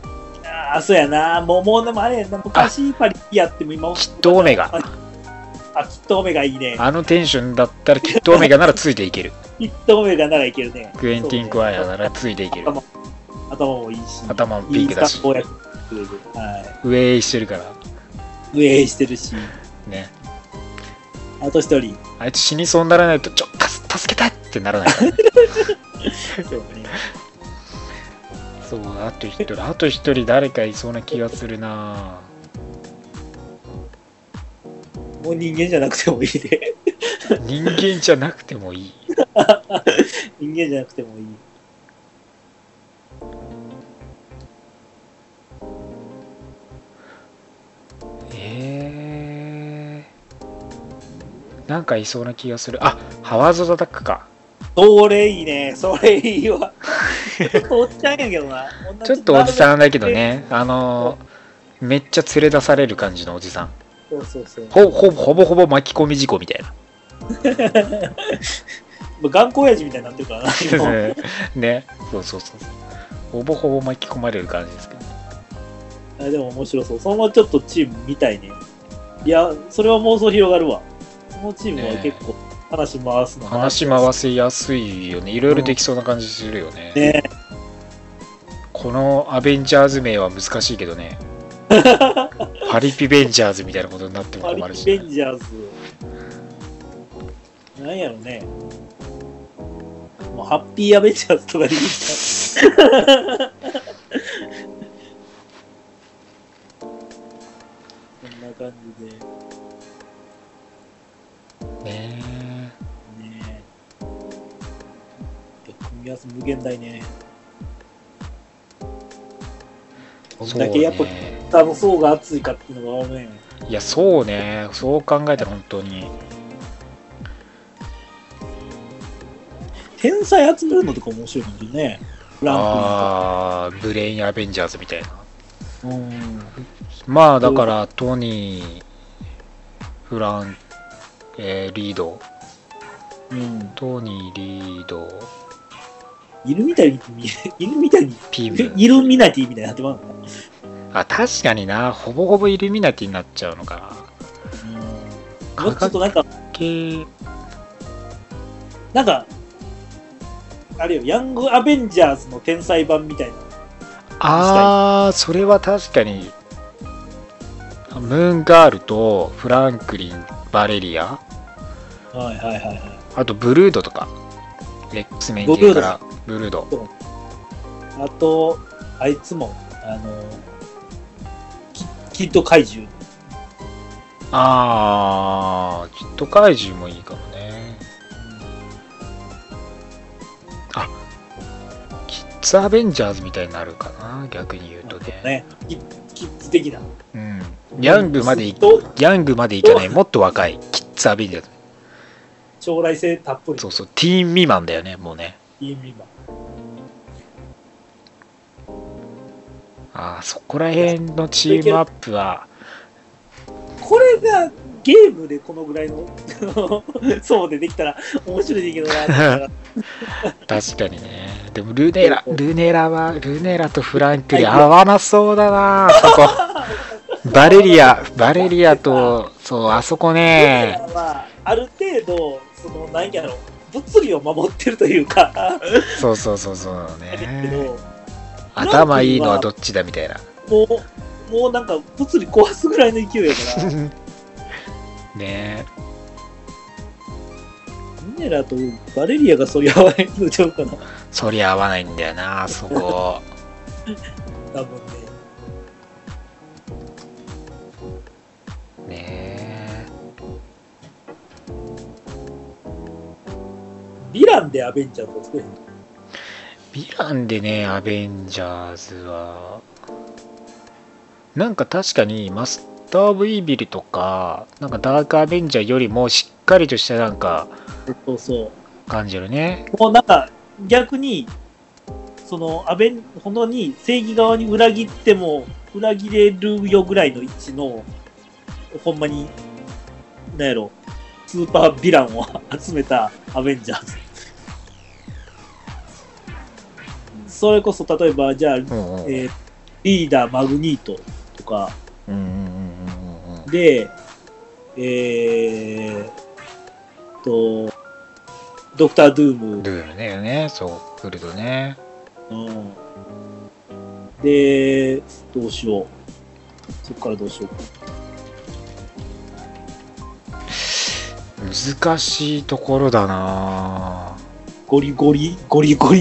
そうやな。もうでもあれやな、昔パリピやっても今。 きっとオメガ。 あ、キットオメガいいね。 あのテンションだったらキットオメガならついていける。 キットオメガならいけるね。 クエンティン・クワイアならついていける。 頭もいいし。 頭もピンクだし。 はい、 上してるから。 上してるし。 ね。 あと一人。 あいつ死にそうにならないと、助けたいってならないから。 そうね。 そう、あと一人誰かいそうな気がするな。 もう人間じゃなくてもいいで。 人間じゃなくてもいい。 人間じゃなくてもいい。 なんかいそうな気がする。あ、ハワード・ダックか。 それいいね。それいいわ。ちょっとおじさんやけどな。 ちょっとおじさんだけどね。めっちゃ連れ出される感じのおじさん。 そう。 ほぼほぼ巻き込み事故みたいな。 頑固親父みたいになってるからな。 ね。そう。ほぼほぼ巻き込まれる感じですけど。 でも面白そう。そのちょっとチーム見たいね。いや、それは妄想広がるわ。そのチームは結構話回すの。 話回せやすいよね。いろいろできそうな感じするよね。 ね。 このアベンジャーズ名は難しいけどね。パリピベンジャーズみたいなことになっても困るし、 ね。パリピベンジャーズ。なんやろね。もうハッピーアベンジャーズとかでいいか。こんな感じで。 ねえ。組み合わせ無限大ね。こんそうだけやっぱ層が厚いかっていうのがあるね。 いや、そうね。そう考えたら本当に。 天才集めるのとか面白い感じね。 ああ、ブレインアベンジャーズみたいな。まあだからトニー、フラン、リード、トニー、リード、 イルミナティみたいになってますね。 あ、確かにな、ほぼほぼイルミナティになっちゃうのかな。 もうちょっとなんかあれよ、ヤングアベンジャーズの天才版みたいな。 ああ、それは確かに。ムーンガールとフランクリン、バレリア、あとブルードとか、X メン系からブルード。 あと、あいつも、キッド怪獣。 ああ、キッド怪獣もいいかもね。あ、キッズアベンジャーズみたいになるかな、逆に言うとね。 キッズ的な。 うん。ヤングまでいかない、もっと若いキッズアベンジャーズ。 将来性たっぷり。 そう、ティーン未満だよね、もうね。 ティーン未満。 ああ、そこら辺のチームアップは。 これがゲームでこのぐらいのそうでできたら面白いけどな。 確かにね。でもルネラとフランクリン合わなそうだな、そこ。バレリアと、そう、あそこね。 ある程度、何やろ、物理を守ってるというか。 そうね。頭いいのはどっちだみたいな。 もうなんか物理壊すぐらいの勢いやから。 ねえ。 ルネラとバレリアがそりゃ合わないのちゃうかな。 そりゃ合わないんだよな、あそこ。 多分ね。 ねえ。 ヴィランでアベンジャーズを作るの？ ヴィランでね、アベンジャーズは、なんか確かにマスター・オブ・イービルとか、なんかダーク・アベンジャーよりもしっかりとしたなんか、感じるね。 もうなんか逆に、本当に正義側に裏切っても裏切れるよぐらいの位置の、ほんまに、なんやろ、スーパーヴィランを集めたアベンジャーズ。それこそ例えばじゃあ、リーダーマグニートとかで、 ドクター・ドゥーム。 ドゥームだよね、そう来るとね。 うん。で、どうしよう。そっからどうしようか。 難しいところだな。 ゴリゴリのゴリゴ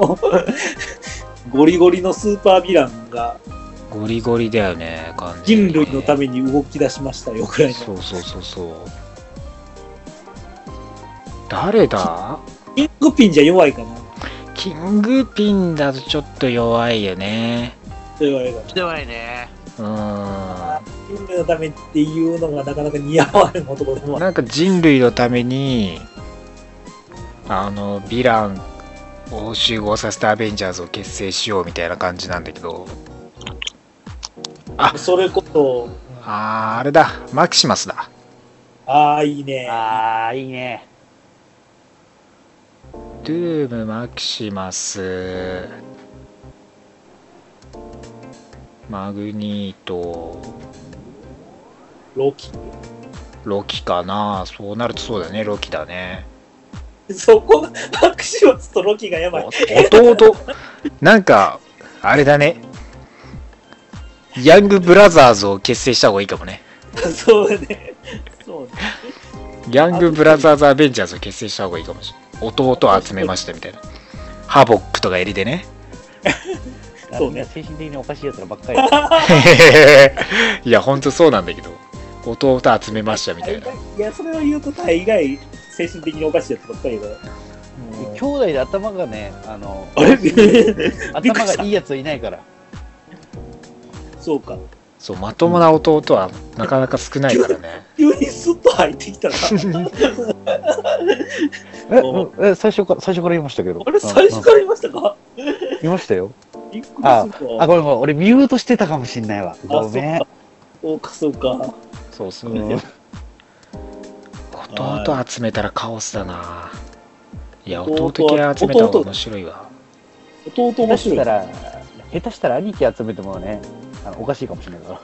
リのスーパーヴィランがゴリゴリだよね、完全にね。 人類のために動き出しましたよくらいの。 そうそうそうそう。誰だ？ キングピンじゃ弱いかな。 キングピンだとちょっと弱いよね。 弱いかな。 弱いね。 人類のためっていうのがなかなか似合わない男でも。 なんか人類のためにヴィランを集合させたアベンジャーズを結成しようみたいな感じなんだけど。あ、 それこそ。 あれだ、マキシマスだ。 いいね。 いいね。 ドゥーム、マキシマス、マグニート、 ロキかな。そうなるとそうだね、ロキだね。 そこがマキシマスとロキがやばい。 弟なんかあれだね、ヤングブラザーズを結成した方がいいかもね。 そうだね。そうね。 ヤングブラザーズアベンジャーズを結成した方がいいかもしれない。弟を集めましたみたいな。ハボックとかエリでね。 そうね。精神的におかしいやつらばっかり。 いや、ほんとそうなんだけど。弟集めましたみたいな。 いや、それを言うと大概精神的におかしいやつばっかりだから。 兄弟で頭がね、 あれ頭がいいやついないから。 そうか。 そう、まともな弟はなかなか少ないからね。 急にスッと入ってきたら。 最初から言いましたけど。 あれ、最初から言いましたか？ 言いましたよ。 びっくりするわ。 ごめん、俺ミュートしてたかもしんないわ。ごめん。 そうか、そうか。 そうそう。弟集めたらカオスだな。いや、弟系集めた方が面白いわ。 弟面白い。 下手したら兄貴集めてもね、おかしいかもしれないから。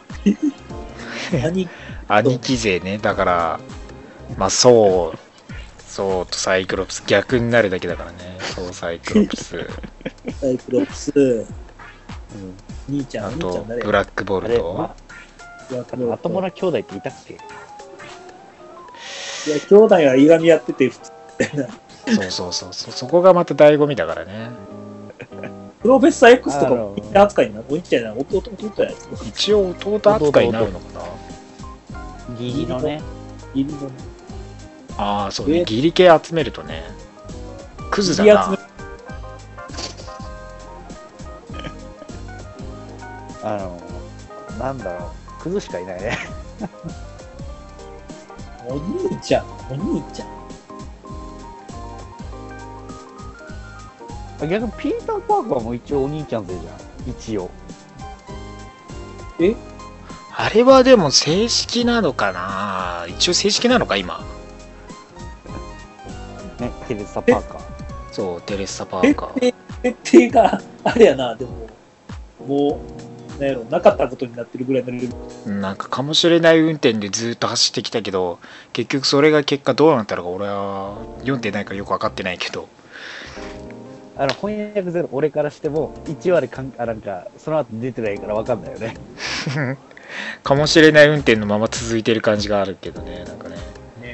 兄貴勢ね。だからまあそうとサイクロプス逆になるだけだからね。そうサイクロプス兄ちゃん、 あとブラックボルト。 まともな兄弟っていたっけ？ いや、兄弟はいがみやってて普通みたいな。 そうそこがまた醍醐味だからね。 プロフェッサー X とかも扱いになる。お兄ちゃんや弟や。 一応弟扱いになるのかな。 義理のね。 ああ、そうね。義理系集めるとね、クズだな。 なんだろう、クズしかいないね。 お兄ちゃん。 逆にピーター・パーカーも一応お兄ちゃん勢じゃん。一応。 あれはでも正式なのかな。一応正式なのか今。 ね、テレサ・パーカー。 そう、テレッサ・パーカー。 設定があれやな。でももうなんやろ、なかったことになってるぐらいのレベル。 なんかかもしれない運転でずっと走ってきたけど、結局それが結果どうなったのか俺は読んでないからよく分かってないけど。 翻訳ゼロ、俺からしても1話でなんかその後出てないから分かんないよね。 かもしれない運転のまま続いてる感じがあるけどね、なんかね。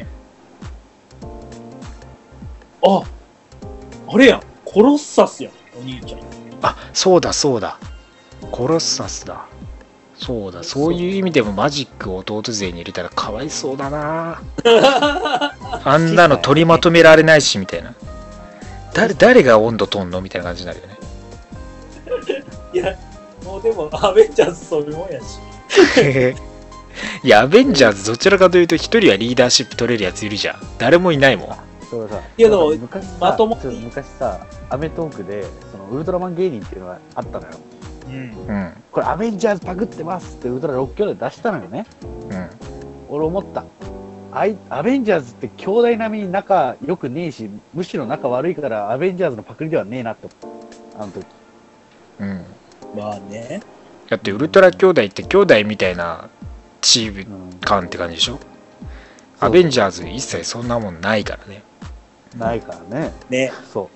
あれやん、コロッサスやん、お兄ちゃん。 あ、そうだコロッサスだ。そういう意味でもマジックを弟勢に入れたらかわいそうだな。あんなの取りまとめられないしみたいな。誰が温度とんのみたいな感じになるよね。 いや、もうでもアベンジャーズそういうもんやし。 いや、アベンジャーズどちらかというと一人はリーダーシップ取れるやついるじゃん。誰もいないもん。 そうさ、 いやでも昔さ、アメトークでそのウルトラマン芸人っていうのがあったのよ。これアベンジャーズパクってますってウルトラ6兄弟出したのよね。俺思った。アベンジャーズって兄弟並みに仲良くねえし、むしろ仲悪いからアベンジャーズのパクリではねえなって思った、あの時。 まあね。 だってウルトラ兄弟って兄弟みたいなチーム感って感じでしょ。 アベンジャーズ一切そんなもんないからね。 ないからね。 ね。 そう。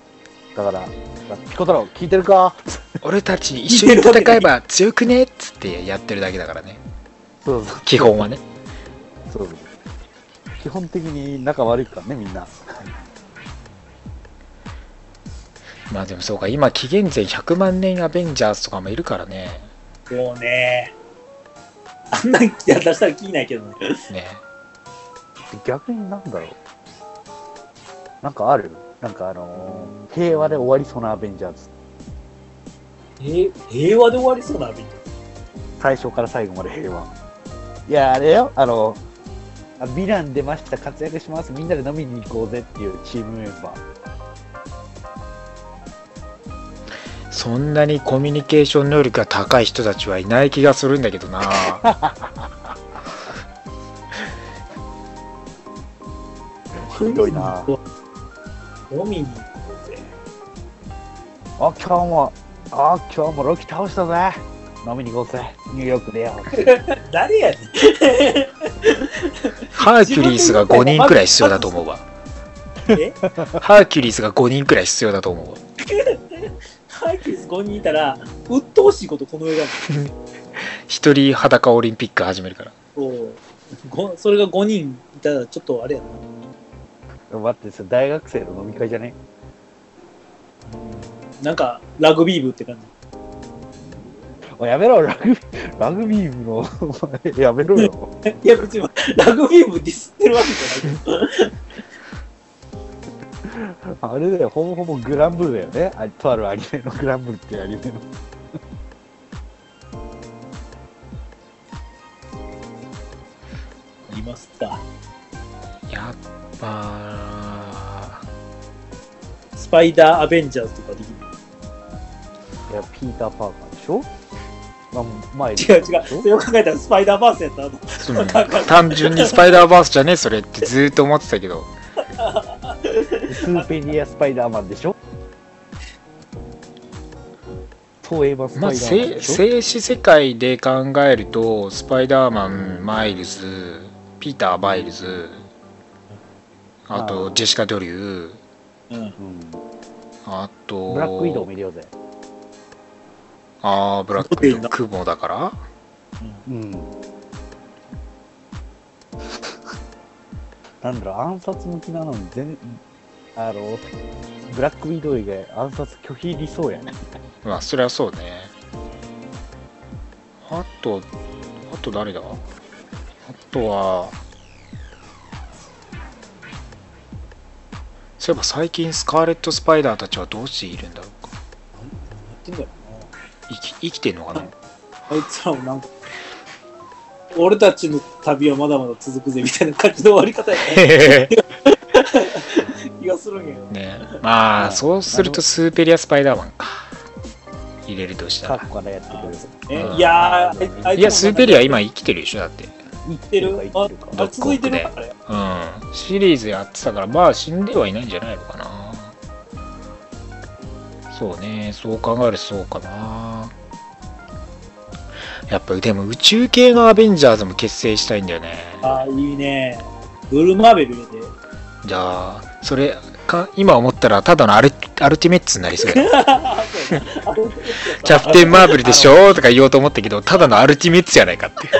だから、ピコ太郎、聞いてるか？ 俺たち一緒に戦えば強くねっつってやってるだけだからね。 そうそう。 基本はね。 そうそう。基本的に仲悪いからね、みんな。 まあでもそうか、今紀元前100万年アベンジャーズとかもいるからね。 そうね。あんなんや出したら聞いないけどね。 ね。 逆になんだろう。なんかある？なんか平和で終わりそうなアベンジャーズ。 平和で終わりそうなアベンジャーズ。 最初から最後まで平和。いや、あれよ、ヴィラン出ました、活躍します、みんなで飲みに行こうぜっていうチームメンバー。 そんなにコミュニケーション能力が高い人たちはいない気がするんだけどな。 ひどいな。 飲みに行こうぜ。 今日もロキ倒したぜ。飲みに行こうぜ。ニューヨークでよ。 誰やねん。 ハーキュリースが5人くらい必要だと思うわ。ハーキュリースが5人くらい必要だと思うわ。 ハーキュリース5人いたら、鬱陶しいことこの映画一人裸オリンピック始めるから。 それが5人いたらちょっとあれやな。 待ってさ、大学生の飲み会じゃね？ なんかラグビー部って感じ。 やめろ、ラグビー部のやめろよ。 いや別にラグビー部ディスってるわけじゃないけど。 あれだよ、ほぼほぼグランブルだよね。とあるアニメのグランブルっていうアニメの。 いますか。 やっぱスパイダーアベンジャーズとかできる。 いや、ピーター・パーカーでしょ？ 違う。それを考えたらスパイダーバースやった単純にスパイダーバースじゃねそれってずーっと思ってたけど。 スーペリア・スパイダーマンでしょ？そういえばスパイダーマンでしょ？ 静止世界で考えるとスパイダーマン、マイルズ、ピーター・マイルズ、あとジェシカ・ドリュー、あとブラックウィドウもいるよぜ。 ブラックウィドウ雲だから、 なんだろう、暗殺向きなのにブラックウィドウ以外暗殺拒否理想やね。 まあそれはそうね。あと誰だ？あとはそういえば最近スカーレット・スパイダーたちはどうしているんだろうか。 何やってんだろうな。 生きてんのかな。 あいつらもなんか俺たちの旅はまだまだ続くぜみたいな感じの終わり方やね。気がするんやね。まあそうするとスーペリア・スパイダーマンか入れるとしたら。 過去からやってくる。 いやスーペリア今生きてるでしょ。だって生きてる。続いてるから。 シリーズやってたからまあ死んではいないんじゃないのかな。そうね、そう考えるとそうかな。やっぱでも宇宙系のアベンジャーズも結成したいんだよね。 いいね。ブルーマーベルで。 じゃあそれか今思ったらただのアルティメッツになりそうや。キャプテンマーベルでしょとか言おうと思ったけどただのアルティメッツやないかって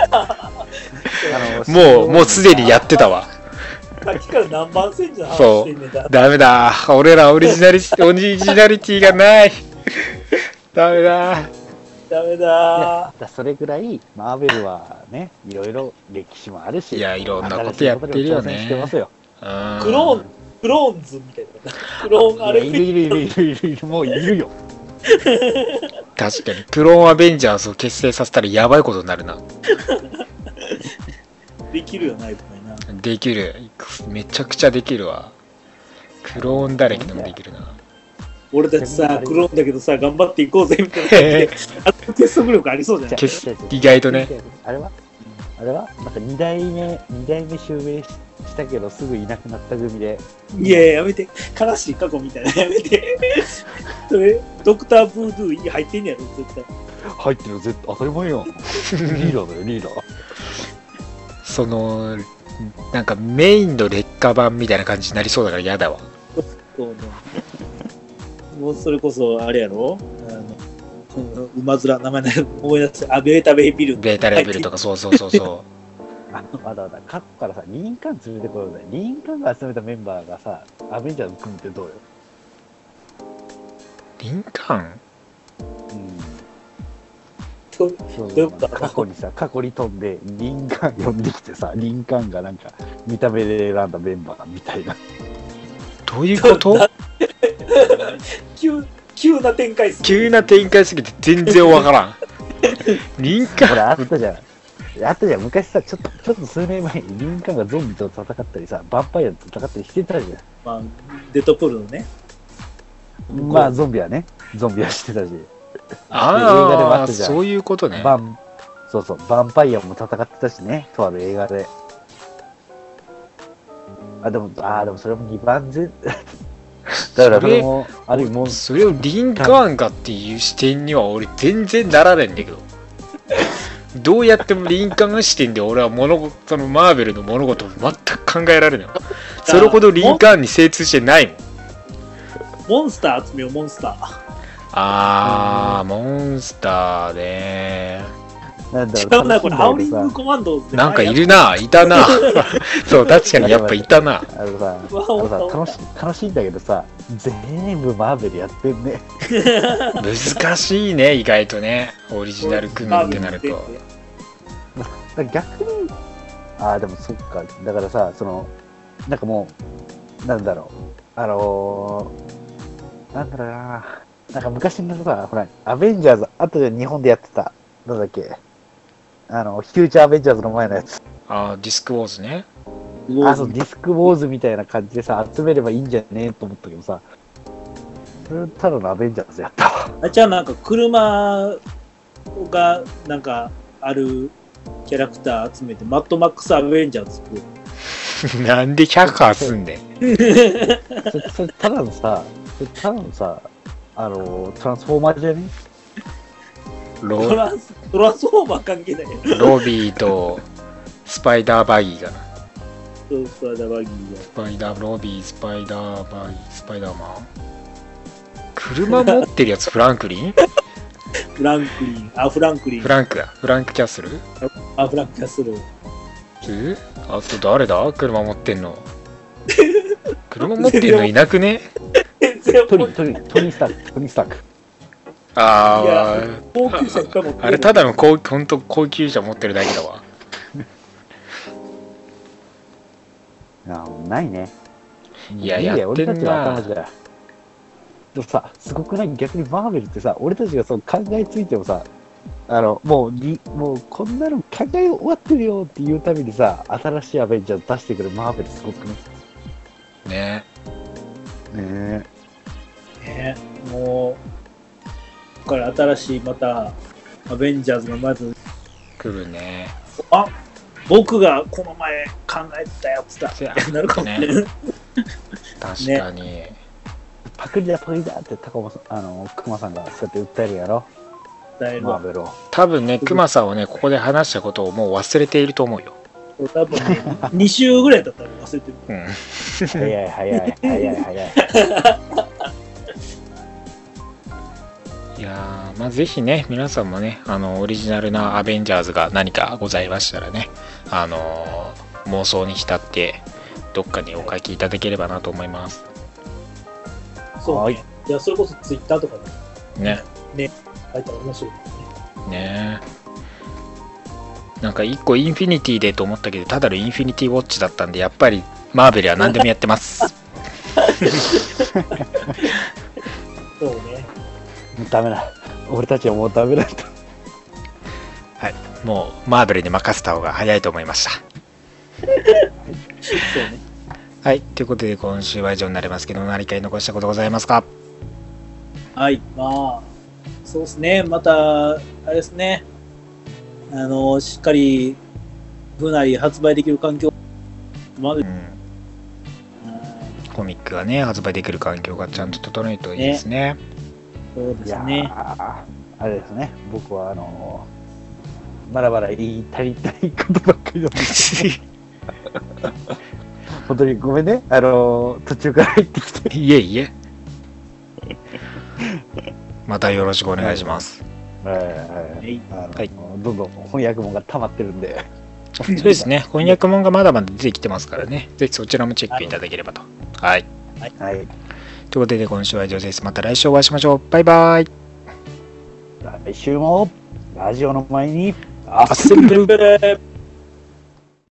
もうすでにやってたわ。 さっきから何番センチの話してんねんだ。 ダメだ、俺らオリジナリティがないダメだ。 それぐらいマーベルはね、いろいろ歴史もあるし、 いやいろんなことやってるよね。 してますよ。 クローンズみたいな。クローンあれいるもういるよ。 確かにクローンアベンジャーズを結成させたらやばいことになるな。 できるよな、いっぱいな。 できる。めちゃくちゃできるわ。クローンだらけでもできるな。 俺たちさ、クローンだけどさ、頑張っていこうぜみたいな感じで、結束力ありそうじゃない？ 意外とね。 あれはなんか2代目襲名したけどすぐいなくなった組で。 いややめて、悲しい過去みたいなやめて。それドクターブードゥー入ってんねやろ絶対。 入ってるよ、当たり前よ。リーダーだよリーダー。 そのなんかメインの劣化版みたいな感じになりそうだから嫌だわ。 そうね。もうそれこそあれやろ、馬面名前思い出せ、ベータベイビルとか、そうそうそうそうまだ過去からさ、リンカーン連れてこようぜ。リンカーンが集めたメンバーがさ、アベンジャーズ組むってどうよ。 リンカーン過去に飛んでリンカーン呼んできてさ、リンカーンがなんか見た目で選んだメンバーみたいな。 どういうこと急な展開すぎて全然わからん。リンカーンほらあったじゃん昔さ、ちょっと数年前にリンカーンがゾンビと戦ったりさ、ヴァンパイアと戦ったりしてたじゃん。 まあデッドプールのね、 まあゾンビはしてたし、 ああそういうことね。 そうそう、ヴァンパイアも戦ってたしね、とある映画で。でもそれも2番前だからそれもある意味もうそれをリンカーンかっていう視点には俺全然ならないんだけど、どうやってもリンカーン視点で俺はそのマーベルの物事を全く考えられない。それほどリンカーンに精通してないもん。 モンスター集めよう、モンスター。 モンスターね。 なんだろうな、これハウリングコマンドなんかいたなそう、確かにやっぱいたな。 楽しいんだけどさ、全部マーベルやってんね。 難しいね、意外とね、オリジナル組むってなると。 逆にでもそっか、だからさ、なんかもうなんだろうなんか昔のさ、ほらアベンジャーズあとで日本でやってた、なんだっけ、フューチャーアベンジャーズの前のやつ。 ディスクウォーズね。 そう、ディスクウォーズみたいな感じでさ、集めればいいんじゃねえと思ったけどさ、それただのアベンジャーズやったわ。 じゃあなんか車がなんかあるキャラクター集めてマッドマックスアベンジャーズ作る。 なんで100発すんでそれただのさ、トランスフォーマーじゃね？ トランスフォーマー関係ないやん。 ロビーとスパイダーバギーがな。 スパイダーバギーが。 ロビー、スパイダーバギー、スパイダーマン。車持ってるやつフランクリン？ フランクキャッスル？フランクキャッスル。 あと誰だ？車持ってんの。車持ってんのいなくね？ トニースターク。 高級車いっぱい持ってる。 あれただの高級車持ってるだけだわ。 ないね。 いや、やってんな。 でもさ、すごくない？逆にマーベルってさ、俺たちがそう考えついてもさ、もうこんなの考え終わってるよっていうたびにさ、新しいアベンジャーズ出してくるマーベルすごくね。 もうこれ新しいまたアベンジャーズがまず来るね。 僕がこの前考えてたやつだなるかもね。 確かに。 パクリだって熊さんがそうやって訴えるやろ。マーベルを。 多分ね、熊さんはね、ここで話したことをもう忘れていると思うよ。 多分ね、2週ぐらいだったら忘れてる。 早い。 いやー、ぜひね、皆さんもね、オリジナルなアベンジャーズが何かございましたらね、妄想に浸ってどっかにお書きいただければなと思います。 そうね。いや、それこそツイッターとかね。 書いたら面白いね。なんか1個インフィニティでと思ったけど、ただのインフィニティウォッチだったんで、やっぱりマーベルは何でもやってます。 そうね。 ダメだ。俺たちはもうダメだと。 はい。もうマーベルに任せた方が早いと思いました。 そうね。 はい。ということで今週は以上になりますけど、何か残したことございますか？ はい。そうですね。また、あれですね。しっかり、なり発売できる環境まで、 コミックがね、発売できる環境がちゃんと整えるといいですね。 そうですね。 あれですね。僕はまだまだ言い足りないことばっかりだった本当にごめんね、途中から入ってきて。 いえいえ。またよろしくお願いします。 はい。どんどん翻訳本が溜まってるんで。 そうですね。翻訳本がまだまだ出てきてますからね。ぜひそちらもチェックいただければと。はい。 はい。 ということで、今週は以上です。また来週お会いしましょう。バイバイ。 来週もラジオの前にアッセンブル。